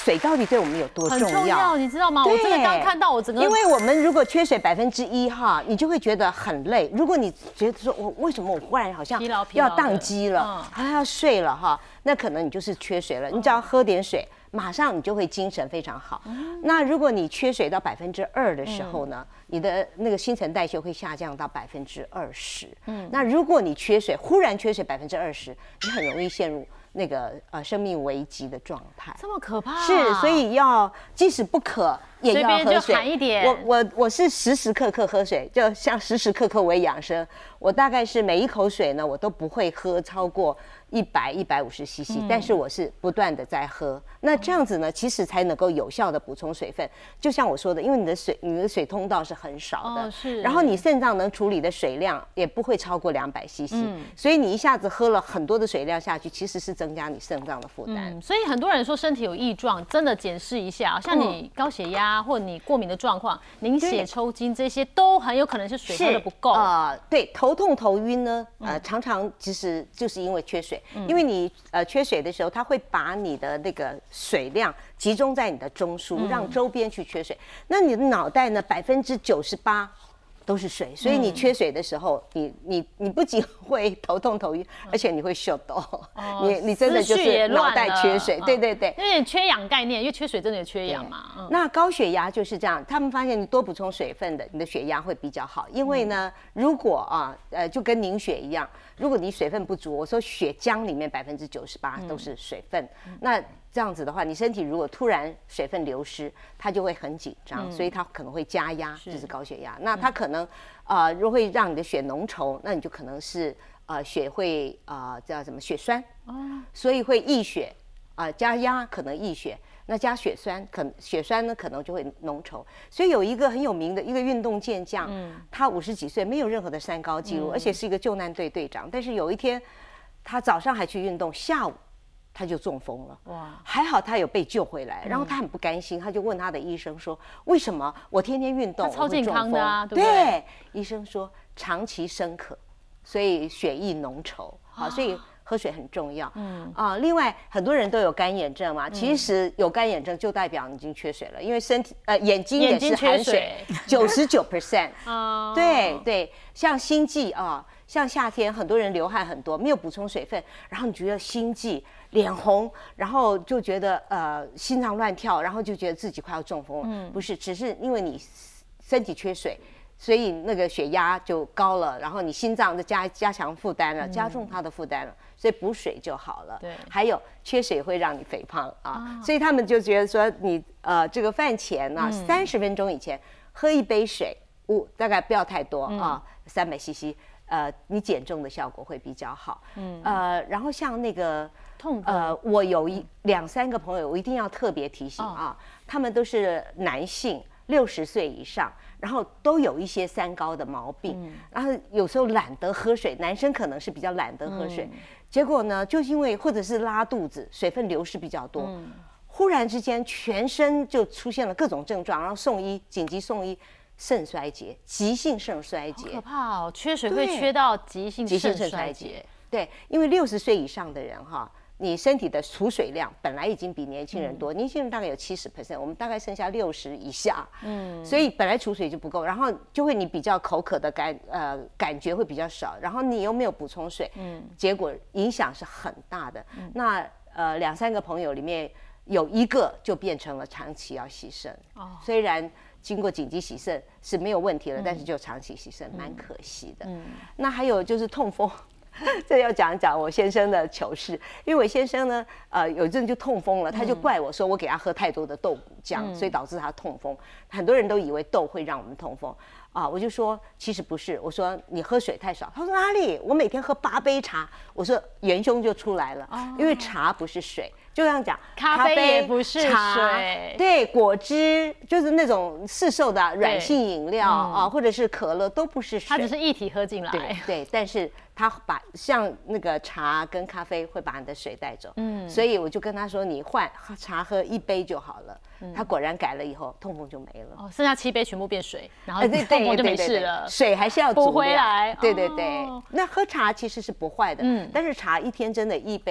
水到底对我们有多很重要？ 重要，你知道吗？我真的刚看到我整个， 因为我们如果缺水1%哈，你就会觉得很累。如果你觉得说为什么我忽然好像要宕机了，还要睡了哈，那可能你就是缺水了。你只要喝点水，马上你就会精神非常好。那如果你缺水到2%的时候呢，你的那个新陈代谢会下降到20%。那如果你缺水，忽然缺水20%，你很容易陷入那个生命危机的状态。 这么可怕？ 是，所以要即使不渴也要喝水。 含一点。 我是时时刻刻喝水，就像时时刻刻为养生。我大概是每一口水呢，我都不会喝超过100-150cc，但是我是不断的在喝。那这样子呢，其实才能够有效的补充水分。就像我说的，因为你的水通道是很少的， 是。 然后你肾脏能处理的水量也不会超过200cc，所以你一下子喝了很多的水量下去，其实是增加你肾脏的负担。 所以很多人说身体有异状，真的检视一下，像你高血压或你过敏的状况、凝血抽筋这些，都很有可能是水喝的不够。 对，头痛头晕呢，常常其实就是因为缺水，因为你缺水的时候，它会把你的那个水量集中在你的中枢，让周边去缺水。那你的脑袋呢，98%都是水，所以你缺水的时候，你不仅会头痛头晕，而且你会秀抖，你真的就是脑袋缺水，对对对， 有点缺氧概念，因为缺水真的也缺氧嘛。 那高血压就是这样，他们发现你多补充水分的，你的血压会比较好，因为呢，如果就跟凝血一样，如果你水分不足，我说血浆里面98%都是水分，那这样子的话，你身体如果突然水分流失，它就会很紧张，所以它可能会加压，就是高血压。那它可能如果会让你的血浓稠，那你就可能是血会叫什么血栓，所以会溢血加压可能溢血，那加血栓血栓呢可能就会浓稠。所以有一个很有名的一个运动健将，他50几岁没有任何的三高记录，而且是一个救难队队长，但是有一天他早上还去运动，下午他就中风了。哇！还好他有被救回来，然后他很不甘心，他就问他的医生说：“为什么我天天运动， 超健康的啊？”对不对？ 对， 医生说长期生渴，所以血液浓稠。好，所以喝水很重要。另外很多人都有干眼症嘛，其实有干眼症就代表你已经缺水了，因为眼睛也是含水99%。对对，像心悸像夏天很多人流汗很多，没有补充水分，然后你觉得心悸、脸红，然后就觉得心脏乱跳，然后就觉得自己快要中风了。不是，只是因为你身体缺水，所以那个血压就高了，然后你心脏的加强负担了，加重它的负担了，所以补水就好了。 对， 还有缺水会让你肥胖所以他们就觉得说你这个饭前呢，30分钟以前喝一杯水，大概不要太多300cc。你减重的效果会比较好。然后像那个我有2-3个朋友，我一定要特别提醒他们都是男性，60岁以上，然后都有一些三高的毛病，然后有时候懒得喝水，男生可能是比较懒得喝水，结果呢，就是因为或者是拉肚子，水分流失比较多，忽然之间全身就出现了各种症状，然后紧急送医。肾衰竭，急性肾衰竭， 好可怕哦！缺水会缺到急性肾衰竭。 对，因为60岁以上的人你身体的储水量本来已经比年轻人多，年轻人大概有70%，我们大概剩下60以下，所以本来储水就不够，然后就会你比较口渴的感觉会比较少，然后你又没有补充水，结果影响是很大的。那2-3个朋友里面有一个就变成了长期要洗肾，虽然经过紧急洗肾是没有问题了，但是就长期洗肾，蛮可惜的。那还有就是痛风，这要讲一讲我先生的糗事，因为我先生呢，有一阵就痛风了，他就怪我说我给他喝太多的豆谷浆，所以导致他痛风。很多人都以为豆会让我们痛风我就说其实不是，我说你喝水太少，他说哪里？我每天喝8杯茶，我说元凶就出来了，因为茶不是水。就这样讲， 咖啡也不是水， 对，果汁就是那种市售的软性饮料或者是可乐都不是水， 它只是液体喝进来。 对，但是它像那个茶跟咖啡会把你的水带走，所以我就跟他说，你换茶喝1杯就好了。他果然改了以后，痛风就没了。 剩下7杯全部变水，然后痛风就没事了。 水还是要补回来。 对，那喝茶其实是不坏的，但是茶一天真的1杯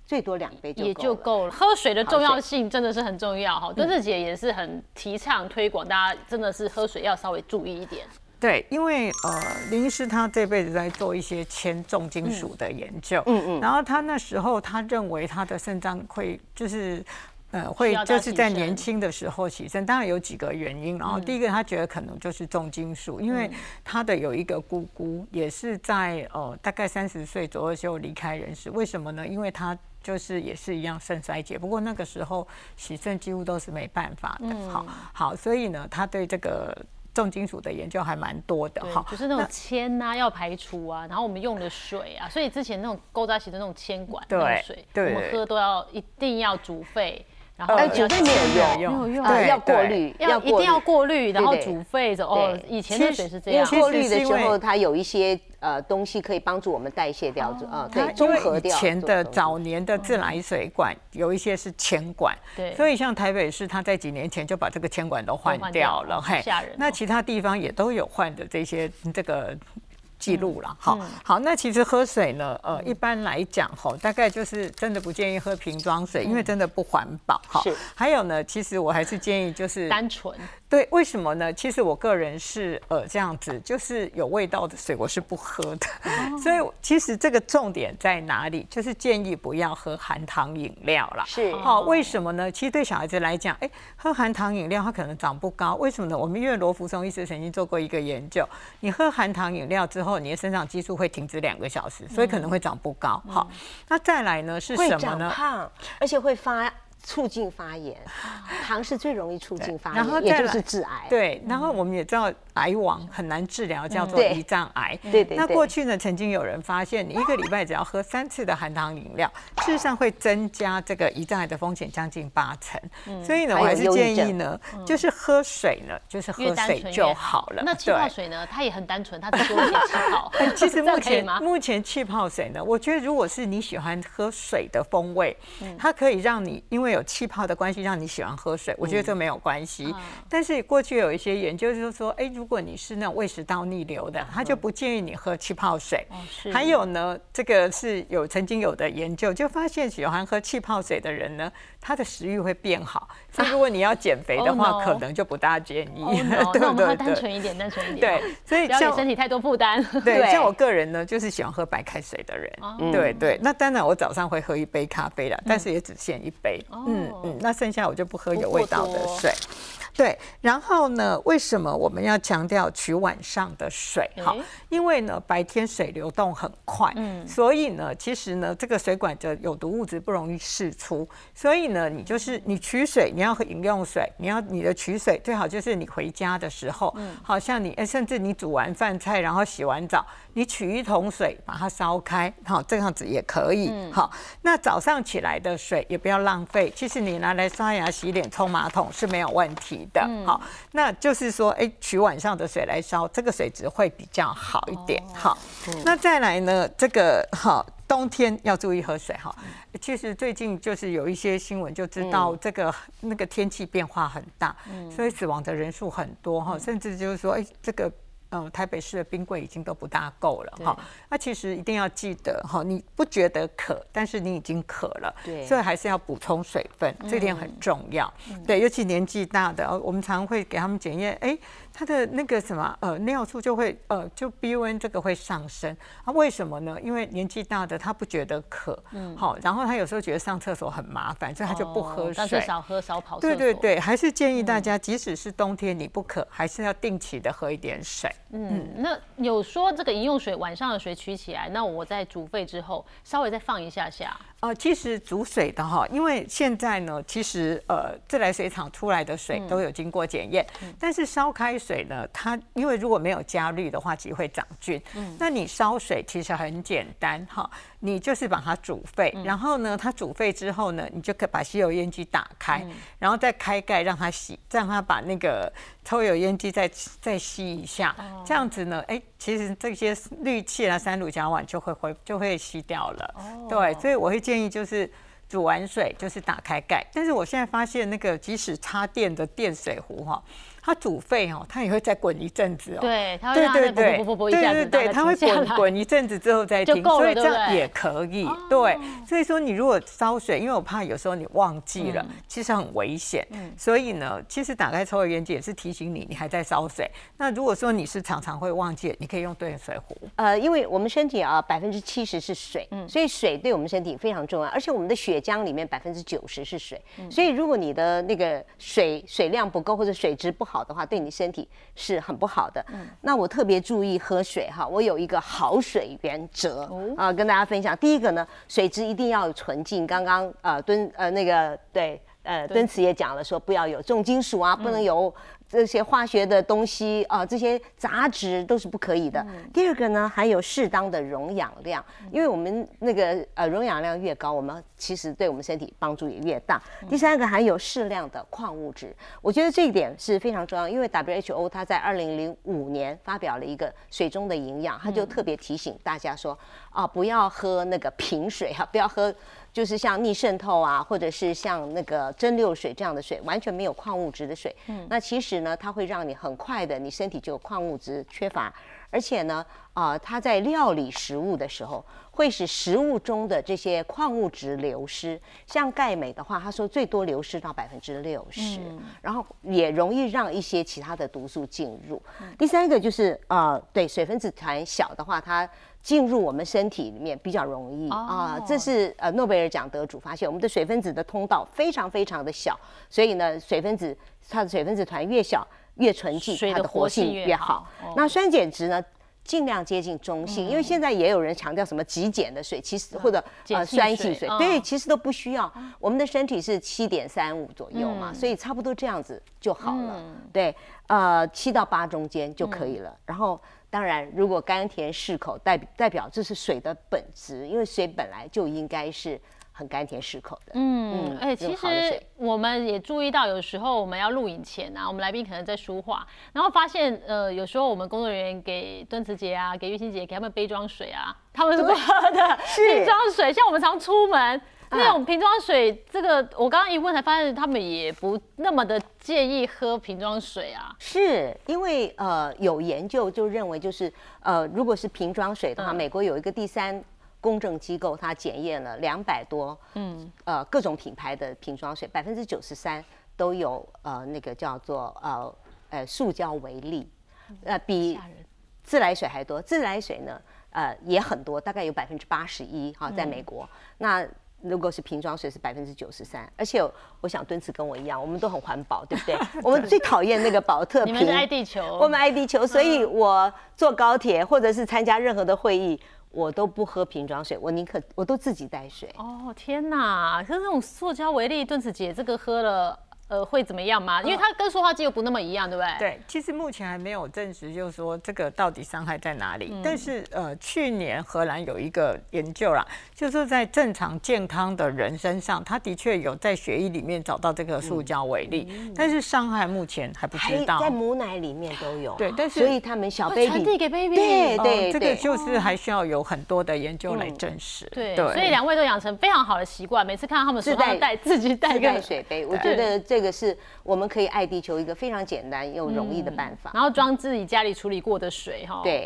最多2杯也就够了。喝水的重要性真的是很重要哈。敦志姐也是很提倡推广，大家真的是喝水要稍微注意一点。 对，因为林医师他这辈子在做一些铅重金属的研究，然后他那时候他认为他的肾脏会就是会就是在年轻的时候起肾，当然有几个原因。然后第一个他觉得可能就是重金属，因为他的有一个姑姑也是在大概30岁左右就离开人世，为什么呢？因为他就是也是一样肾衰竭，不过那个时候洗肾几乎都是没办法的。好，所以呢，他对这个重金属的研究还蛮多的哈， 就是那种铅啊要排除啊，然后我们用的水啊，所以之前那种勾扎洗的那种铅管那种水，我们喝都要一定要煮沸。然后煮沸没有用，要过滤， 一定要过滤，然后煮沸着。以前的水是这样， 过滤的时候它有一些东西可以帮助我们代谢掉，对，中和掉。 以前的早年的自来水管有一些是铅管，对，所以像台北市，它在几年前就把这个铅管都换掉了， 吓人。 那其他地方也都有换的这些这个记录了。好，那其实喝水呢，一般来讲大概就是真的不建议喝瓶装水，因为真的不环保。还有呢，其实我还是建议就是单纯。 对，为什么呢？其实我个人是这样子，就是有味道的水我是不喝的，所以其实这个重点在哪里？就是建议不要喝含糖饮料啦。 是， 为什么呢？其实对小孩子来讲，喝含糖饮料他可能长不高，为什么呢？我们因为罗福松医师曾经做过一个研究，你喝含糖饮料之后，你的生长激素会停止2个小时，所以可能会长不高。好，那再来呢是什么呢？ 会长胖，而且会促进发炎，糖是最容易促进发炎，也就是致癌。 对，然后我们也知道癌王很难治疗，叫做胰脏癌。 对。 那过去呢，曾经有人发现，你1个礼拜只要喝3次的含糖饮料，事实上会增加这个胰脏癌的风险将近80%。所以呢，我还是建议呢，就是喝水呢，就是喝水就好了。 那气泡水呢，它也很单纯，它只多一些气泡。 其实目前气泡水呢，我觉得如果是你喜欢喝水的风味，它可以让你因为有气泡的关系让你喜欢喝水，我觉得这没有关系。但是过去有一些研究就是说，如果你是那种胃食道逆流的，他就不建议你喝气泡水。还有呢，这个是曾经有的研究就发现，喜欢喝气泡水的人呢，他的食欲会变好。所以如果你要减肥的话，可能就不大建议。 那我们喝单纯一点， 对，所以不要给身体太多负担。 对，像我个人呢，就是喜欢喝白开水的人。对，那当然我早上会喝1杯咖啡啦，但是也只限1杯。那剩下我就不喝有味道的水。对，然后呢，为什么我们要强调取晚上的水？因为呢，白天水流动很快，所以呢，其实呢，这个水管的有毒物质不容易释出，所以呢，你取水，你要喝饮用水，你的取水最好就是你回家的时候，好像甚至你煮完饭菜，然后洗完澡，你取1桶水把它烧开，这样子也可以。那早上起来的水也不要浪费，其实你拿来刷牙、洗脸、冲马桶是没有问题的。好，那就是说，取晚上的水来烧，这个水质会比较好一点。好，那再来呢，这个冬天要注意喝水哈。其实最近就是有一些新闻就知道那个天气变化很大，所以死亡的人数很多哈，甚至就是说，这个。台北市的冰柜已经都不大够了那其实一定要记得你不觉得渴，但是你已经渴了，所以还是要补充水分，这点很重要。对，尤其年纪大的，我们常会给他们检验，他的那个什么尿素就会就 BUN 这个会上升为什么呢？因为年纪大的他不觉得渴，然后他有时候觉得上厕所很麻烦，所以他就不喝水， 但是少喝少跑厕所。 对，还是建议大家，即使是冬天你不渴，还是要定期的喝一点水。 那有说这个饮用水晚上的水取起来，那我在煮沸之后稍微再放一下下。 其实煮水的因为现在呢，其实自来水厂出来的水都有经过检验，但是烧开水呢，它因为如果没有加氯的话，其实会长菌。那你烧水其实很简单你就是把它煮沸，然后呢，它煮沸之后呢，你就可以把吸油烟机打开，然后再开盖让它洗，让它把那个抽油烟机再吸一下，这样子呢，其实这些氯气三氯甲烷就会吸掉了。对，所以我会建议就是煮完水就是打开盖，但是我现在发现那个即使插电的电水壶它煮沸哦，它也会再滚一阵子哦。 对，它会让它啵一下子， 对，它会滚一阵子之后再停，所以这样也可以。对，所以说你如果烧水，因为我怕有时候你忘记了，其实很危险。所以呢，其实打开抽油烟机也是提醒你还在烧水。那如果说你是常常会忘记，你可以用兑水壶。 因为我们身体70%是水，所以水对我们身体非常重要，而且我们的血浆里面90%是水，所以如果你的那个水量不够或者水质不好的话，对你身体是很不好的。那我特别注意喝水哈，我有一个好水原则跟大家分享。第一个呢，水质一定要纯净。刚刚敦慈也讲了，说不要有重金属啊，不能有这些化学的东西这些杂质都是不可以的。第二个呢，还有适当的溶氧量，因为我们那个溶氧量越高，我们其实对我们身体帮助也越大。第三个还有适量的矿物质，我觉得这一点是非常重要，因为 WHO 它在2005年发表了一个水中的营养，它就特别提醒大家说不要喝那个瓶水不要喝就是像逆渗透啊，或者是像那个蒸馏水这样的水，完全没有矿物质的水。那其实呢，它会让你很快的，你身体就有矿物质缺乏，而且呢，它在料理食物的时候，会使食物中的这些矿物质流失。像钙镁的话，他说最多流失到60%，然后也容易让一些其他的毒素进入。第三个就是对水分子团小的话，它进入我们身体里面比较容易这是诺贝尔奖得主发现，我们的水分子的通道非常非常的小，所以呢，它的水分子团越小越纯净，它的活性越好。那酸碱值呢，尽量接近中性，因为现在也有人强调什么极碱的水，其实或者酸性水，对，其实都不需要。我们的身体是7.35左右嘛，所以差不多这样子就好了。对，7到8中间就可以了。然后当然，如果甘甜适口，代表这是水的本质，因为水本来就应该是很甘甜适口的。 而且其实我们也注意到，有时候我们要录影前我们来宾可能在说话，然后发现有时候我们工作人员给敦慈姐给玉欣姐给他们杯装水他们是不喝的瓶装水，像我们常出门。那种瓶装水，这个我刚刚一问才发现，他们也不那么的介意喝瓶装水是因为有研究就认为，就是如果是瓶装水的话，美国有一个第三公正机构，它检验了200多各种品牌的瓶装水，93%都有那个叫做塑胶微粒，比自来水还多。自来水呢也很多，大概有81%在美国。那如果是瓶装水是93%，而且我想敦慈跟我一样，我们都很环保，对不对？我们最讨厌那个保特瓶， 你们是爱地球， 我们爱地球，所以我坐高铁或者是参加任何的会议，我都不喝瓶装水，我都自己带水。 天哪！可是那种塑胶微粒，敦慈姐这个喝了。会怎么样吗？因为它跟塑化剂又不那么一样，对不对？ 对，其实目前还没有证实，就是说这个到底伤害在哪里。但是去年荷兰有一个研究啦，就是说在正常健康的人身上，他的确有在血液里面找到这个塑胶微粒，但是伤害目前还不知道。 在母奶里面都有。 对，但是所以他们小 baby 传递给 baby。 对， 这个就是还需要有很多的研究来证实。 对，所以2位都养成非常好的习惯，每次看到他们手上自己带个水杯，我觉得这个是我们可以爱地球一个非常简单又容易的办法。 然后装自己家里处理过的水对。